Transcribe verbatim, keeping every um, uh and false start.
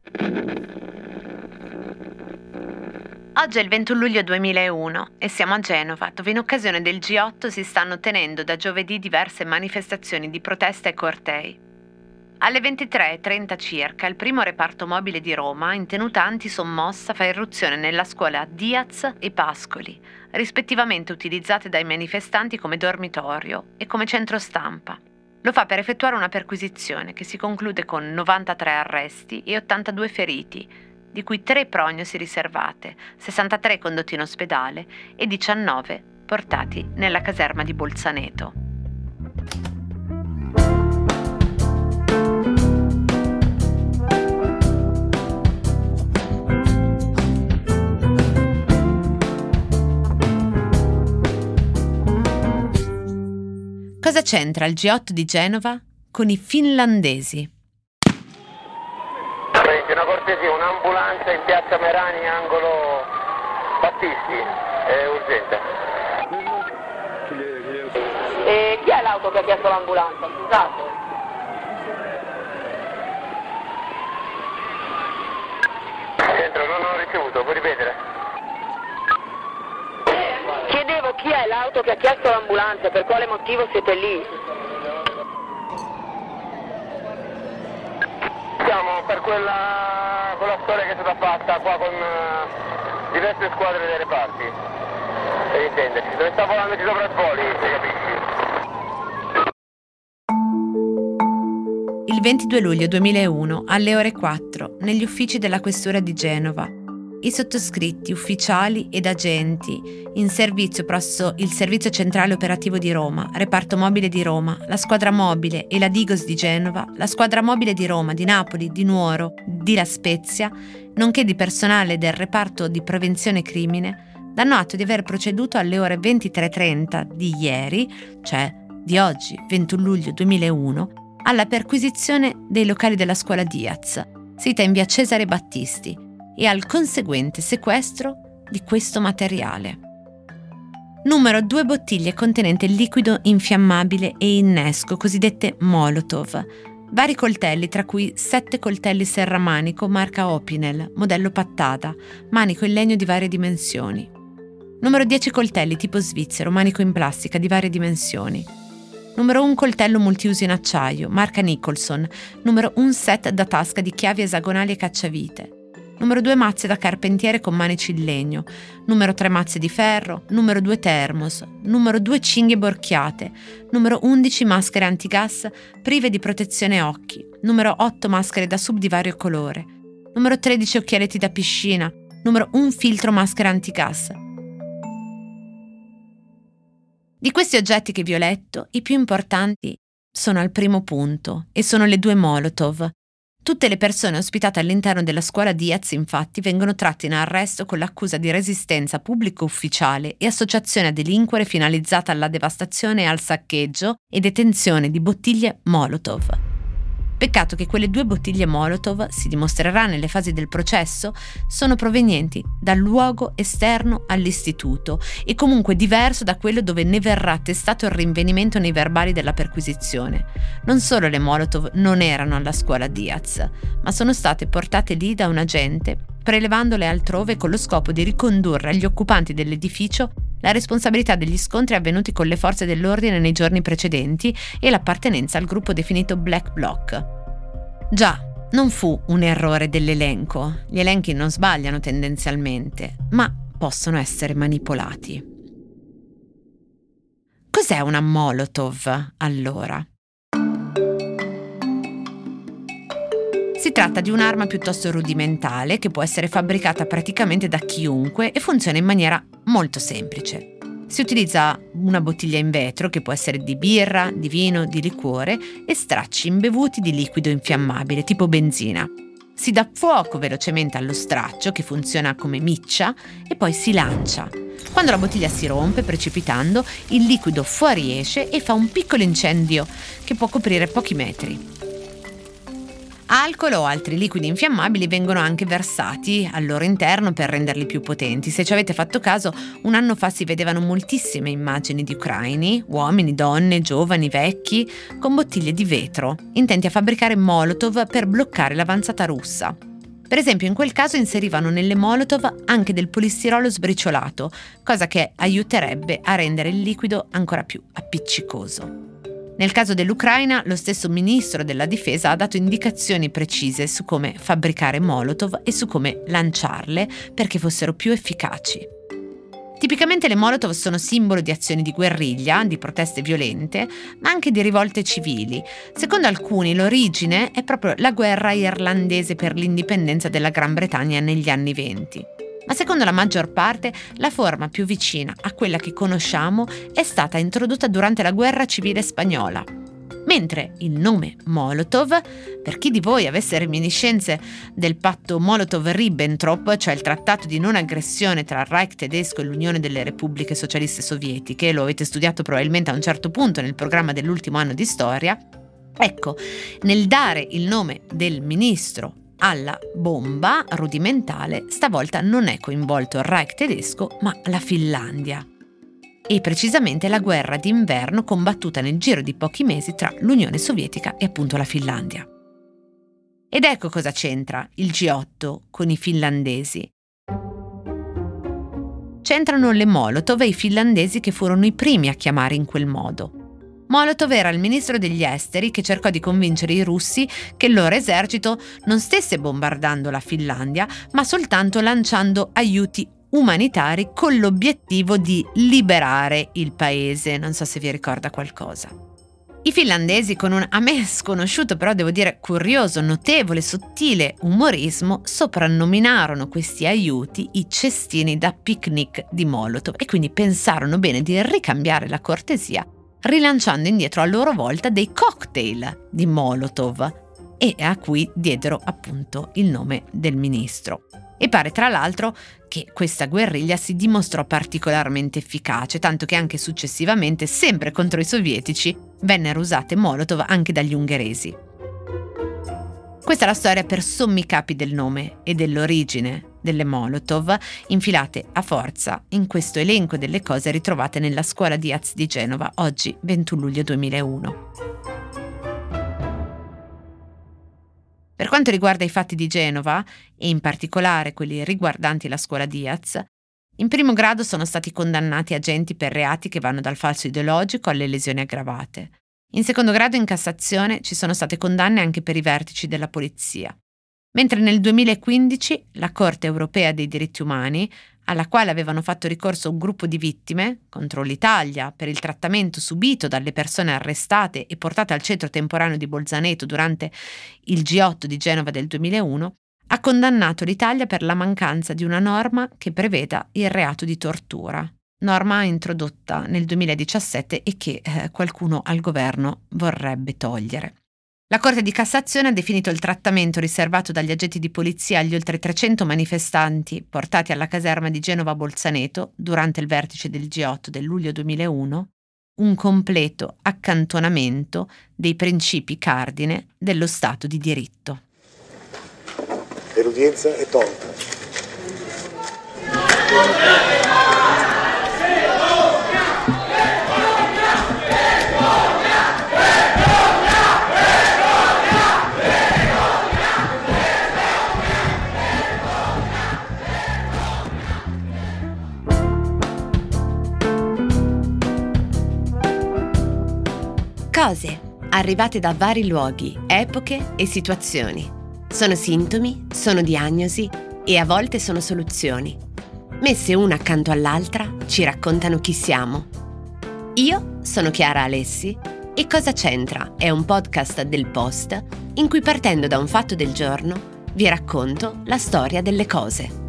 Oggi è il ventuno luglio duemilauno e siamo a Genova, dove in occasione del G otto si stanno tenendo da giovedì diverse manifestazioni di protesta e cortei. Alle ventitré e trenta circa, il primo reparto mobile di Roma, in tenuta antisommossa, fa irruzione nella scuola Diaz e Pascoli, rispettivamente utilizzate dai manifestanti come dormitorio e come centro stampa. Lo fa per effettuare una perquisizione che si conclude con novantatré arresti e ottantadue feriti, di cui tre prognosi riservate, sessantatré condotti in ospedale e diciannove portati nella caserma di Bolzaneto. Cosa c'entra il G otto di Genova con i finlandesi? Una cortesia, un'ambulanza in piazza Merani, angolo Battisti, è urgente. E chi è l'auto che ha chiesto l'ambulanza? Scusate. Centro, non ho ricevuto, puoi ripetere? Chiedevo chi è l'auto che ha chiesto l'ambulanza, per quale motivo siete lì? Siamo per quella, quella storia che è stata fatta qua con uh, diverse squadre dei reparti, per intenderci, dove sta volando di soprasvoli, se capisci. Il ventidue luglio duemilauno, alle ore quattro, negli uffici della questura di Genova, i sottoscritti, ufficiali ed agenti in servizio presso il Servizio Centrale Operativo di Roma, Reparto Mobile di Roma, la Squadra Mobile e la Digos di Genova, la Squadra Mobile di Roma, di Napoli, di Nuoro, di La Spezia, nonché di personale del Reparto di Prevenzione Crimine, danno atto di aver proceduto alle ore ventitré e trenta di ieri, cioè di oggi, ventuno luglio duemilauno, alla perquisizione dei locali della scuola Diaz, sita in via Cesare Battisti, e al conseguente sequestro di questo materiale. Numero due bottiglie contenente liquido infiammabile e innesco, cosiddette Molotov, vari coltelli, tra cui sette coltelli serramanico marca Opinel, modello pattata, manico in legno di varie dimensioni. Numero dieci coltelli tipo svizzero, manico in plastica di varie dimensioni. Numero uno coltello multiuso in acciaio, marca Nicholson. Numero uno set da tasca di chiavi esagonali e cacciavite. Numero due mazze da carpentiere con manici in legno, numero tre mazze di ferro, numero due termos, numero due cinghie borchiate, numero undici maschere antigas prive di protezione occhi, numero otto maschere da sub di vario colore, numero tredici occhialetti da piscina, numero uno filtro maschera antigas. Di questi oggetti che vi ho letto, i più importanti sono al primo punto e sono le due Molotov. Tutte le persone ospitate all'interno della scuola Diaz, infatti, vengono tratte in arresto con l'accusa di resistenza pubblico ufficiale e associazione a delinquere finalizzata alla devastazione e al saccheggio e detenzione di bottiglie Molotov. Peccato che quelle due bottiglie Molotov, si dimostrerà nelle fasi del processo, sono provenienti dal luogo esterno all'istituto e comunque diverso da quello dove ne verrà attestato il rinvenimento nei verbali della perquisizione. Non solo le Molotov non erano alla scuola Diaz, ma sono state portate lì da un agente, prelevandole altrove con lo scopo di ricondurre agli occupanti dell'edificio la responsabilità degli scontri avvenuti con le forze dell'ordine nei giorni precedenti e l'appartenenza al gruppo definito Black Bloc. Già, non fu un errore dell'elenco. Gli elenchi non sbagliano tendenzialmente, ma possono essere manipolati. Cos'è una Molotov, allora? Si tratta di un'arma piuttosto rudimentale che può essere fabbricata praticamente da chiunque e funziona in maniera molto semplice. Si utilizza una bottiglia in vetro che può essere di birra, di vino, di liquore e stracci imbevuti di liquido infiammabile tipo benzina. Si dà fuoco velocemente allo straccio che funziona come miccia e poi si lancia. Quando la bottiglia si rompe precipitando, il liquido fuoriesce e fa un piccolo incendio che può coprire pochi metri. Alcol o altri liquidi infiammabili vengono anche versati al loro interno per renderli più potenti. Se ci avete fatto caso, un anno fa si vedevano moltissime immagini di ucraini, uomini, donne, giovani, vecchi, con bottiglie di vetro, intenti a fabbricare Molotov per bloccare l'avanzata russa. Per esempio, in quel caso inserivano nelle Molotov anche del polistirolo sbriciolato, cosa che aiuterebbe a rendere il liquido ancora più appiccicoso. Nel caso dell'Ucraina, lo stesso ministro della difesa ha dato indicazioni precise su come fabbricare Molotov e su come lanciarle perché fossero più efficaci. Tipicamente le Molotov sono simbolo di azioni di guerriglia, di proteste violente, ma anche di rivolte civili. Secondo alcuni l'origine è proprio la guerra irlandese per l'indipendenza della Gran Bretagna negli anni venti. Ma secondo la maggior parte, la forma più vicina a quella che conosciamo è stata introdotta durante la guerra civile spagnola. Mentre il nome Molotov, per chi di voi avesse reminiscenze del patto Molotov-Ribbentrop, cioè il trattato di non aggressione tra il Reich tedesco e l'Unione delle Repubbliche Socialiste Sovietiche, lo avete studiato probabilmente a un certo punto nel programma dell'ultimo anno di storia, ecco, nel dare il nome del ministro alla bomba rudimentale, stavolta non è coinvolto il Reich tedesco, ma la Finlandia. E precisamente la guerra d'inverno combattuta nel giro di pochi mesi tra l'Unione Sovietica e appunto la Finlandia. Ed ecco cosa c'entra il G otto con i finlandesi. C'entrano le Molotov e i finlandesi che furono i primi a chiamare in quel modo. Molotov era il ministro degli esteri che cercò di convincere i russi che il loro esercito non stesse bombardando la Finlandia, ma soltanto lanciando aiuti umanitari con l'obiettivo di liberare il paese. Non so se vi ricorda qualcosa. I finlandesi, con un a me sconosciuto, però devo dire curioso, notevole, sottile umorismo, soprannominarono questi aiuti i cestini da picnic di Molotov e quindi pensarono bene di ricambiare la cortesia rilanciando indietro a loro volta dei cocktail di Molotov e a cui diedero appunto il nome del ministro. E pare tra l'altro che questa guerriglia si dimostrò particolarmente efficace, tanto che anche successivamente, sempre contro i sovietici, vennero usate Molotov anche dagli ungheresi. Questa è la storia per sommi capi del nome e dell'origine delle Molotov, infilate a forza in questo elenco delle cose ritrovate nella scuola Diaz di Genova, oggi ventuno luglio duemilauno. Per quanto riguarda i fatti di Genova, e in particolare quelli riguardanti la scuola Diaz, in primo grado sono stati condannati agenti per reati che vanno dal falso ideologico alle lesioni aggravate. In secondo grado in Cassazione ci sono state condanne anche per i vertici della polizia. Mentre nel duemilaquindici la Corte europea dei diritti umani, alla quale avevano fatto ricorso un gruppo di vittime contro l'Italia per il trattamento subito dalle persone arrestate e portate al centro temporaneo di Bolzaneto durante il G otto di Genova del duemilauno, ha condannato l'Italia per la mancanza di una norma che preveda il reato di tortura, norma introdotta nel duemiladiciassette e che eh, qualcuno al governo vorrebbe togliere. La Corte di Cassazione ha definito il trattamento riservato dagli agenti di polizia agli oltre trecento manifestanti portati alla caserma di Genova Bolzaneto durante il vertice del G otto del luglio duemilauno un completo accantonamento dei principi cardine dello Stato di diritto. E l'udienza è tolta. Cose arrivate da vari luoghi, epoche e situazioni. Sono sintomi, sono diagnosi e a volte sono soluzioni. Messe una accanto all'altra ci raccontano chi siamo. Io sono Chiara Alessi e Cosa c'entra è un podcast del Post in cui partendo da un fatto del giorno vi racconto la storia delle cose.